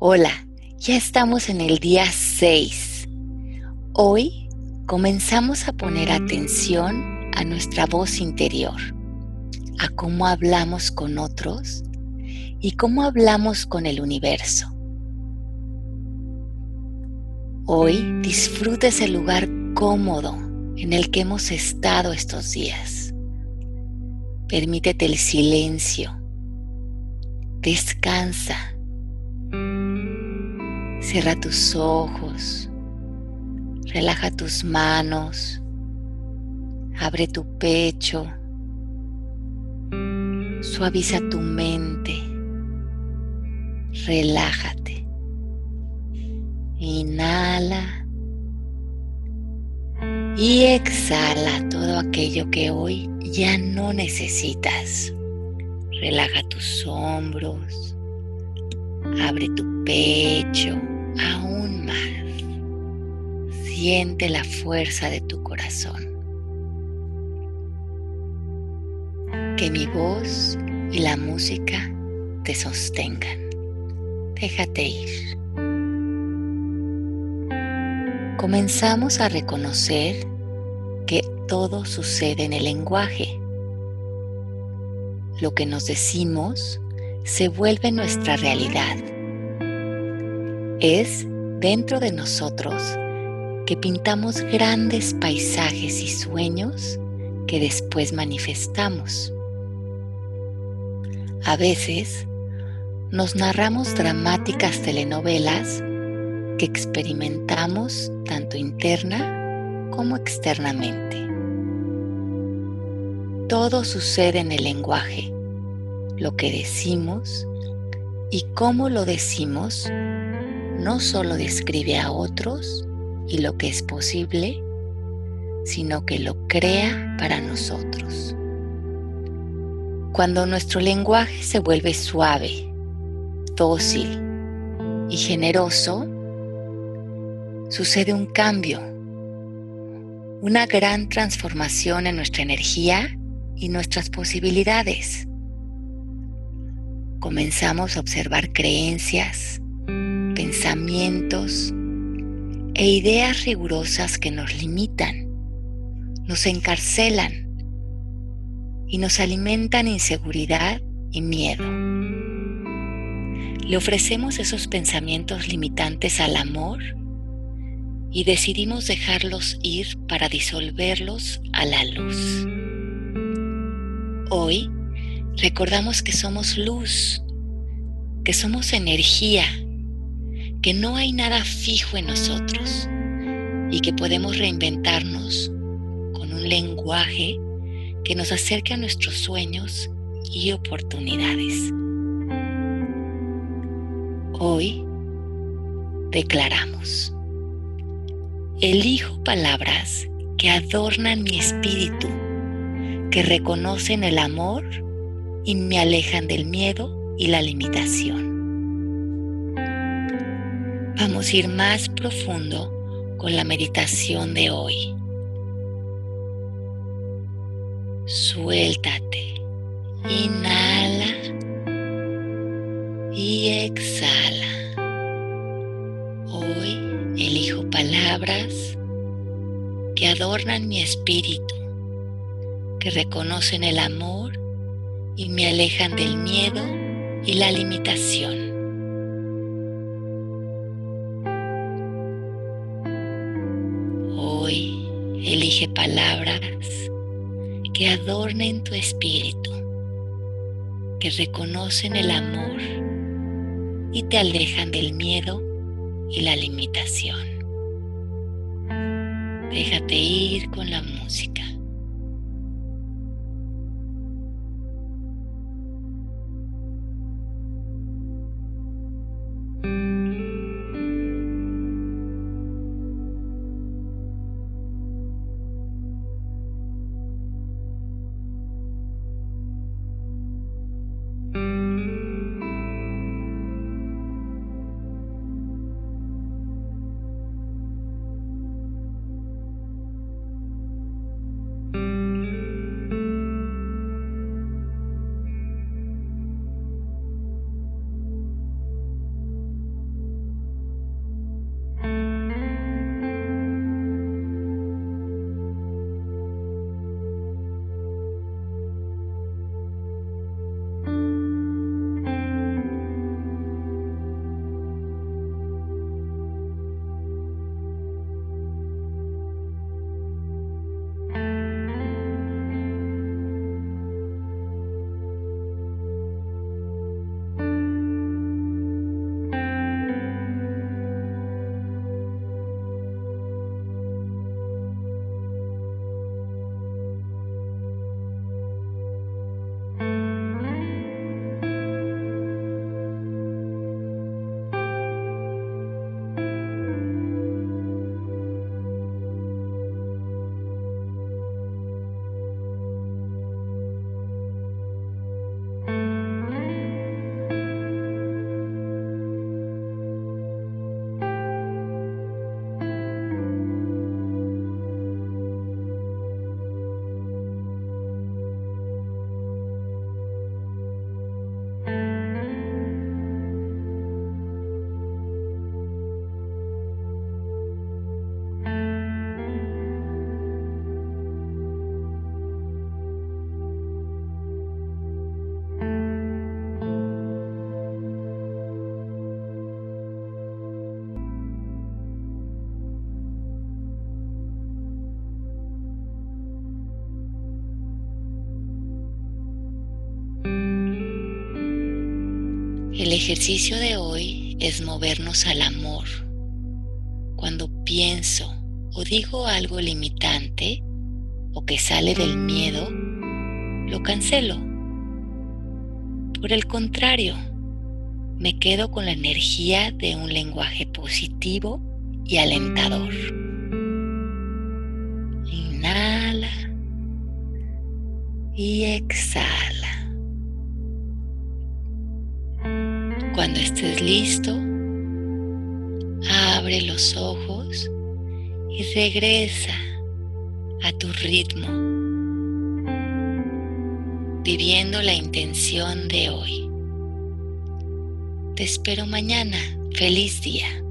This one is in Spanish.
Hola, ya estamos en el día 6. Hoy comenzamos a poner atención a nuestra voz interior, a cómo hablamos con otros y cómo hablamos con el universo. Hoy disfruta ese lugar cómodo en el que hemos estado estos días. Permítete el silencio. Descansa. Cierra tus ojos. Relaja tus manos. Abre tu pecho. Suaviza tu mente. Relájate. Inhala. Y exhala todo aquello que hoy ya no necesitas. Relaja tus hombros. Abre tu pecho aún más. Siente la fuerza de tu corazón. Que mi voz y la música te sostengan. Déjate ir. Comenzamos a reconocer que todo sucede en el lenguaje. Lo que nos decimos se vuelve nuestra realidad. Es dentro de nosotros que pintamos grandes paisajes y sueños que después manifestamos. A veces nos narramos dramáticas telenovelas que experimentamos tanto interna como externamente. Todo sucede en el lenguaje. Lo que decimos y cómo lo decimos no solo describe a otros y lo que es posible, sino que lo crea para nosotros. Cuando nuestro lenguaje se vuelve suave, dócil y generoso, sucede un cambio, una gran transformación en nuestra energía y nuestras posibilidades. Comenzamos a observar creencias, pensamientos e ideas rigurosas que nos limitan, nos encarcelan y nos alimentan inseguridad y miedo. Le ofrecemos esos pensamientos limitantes al amor y decidimos dejarlos ir para disolverlos a la luz. Hoy recordamos que somos luz, que somos energía, que no hay nada fijo en nosotros y que podemos reinventarnos con un lenguaje que nos acerque a nuestros sueños y oportunidades. Hoy declaramos: elijo palabras que adornan mi espíritu, que reconocen el amor y me alejan del miedo y la limitación. Vamos a ir más profundo con la meditación de hoy. Suéltate, inhala y exhala. Hoy elijo palabras que adornan mi espíritu, que reconocen el amor y me alejan del miedo y la limitación. Hoy elige palabras que adornen tu espíritu, que reconocen el amor y te alejan del miedo y la limitación. Déjate ir con la música. El ejercicio de hoy es movernos al amor. Cuando pienso o digo algo limitante o que sale del miedo, lo cancelo. Por el contrario, me quedo con la energía de un lenguaje positivo y alentador. Inhala y exhala. Cuando estés listo, abre los ojos y regresa a tu ritmo, viviendo la intención de hoy. Te espero mañana. Feliz día.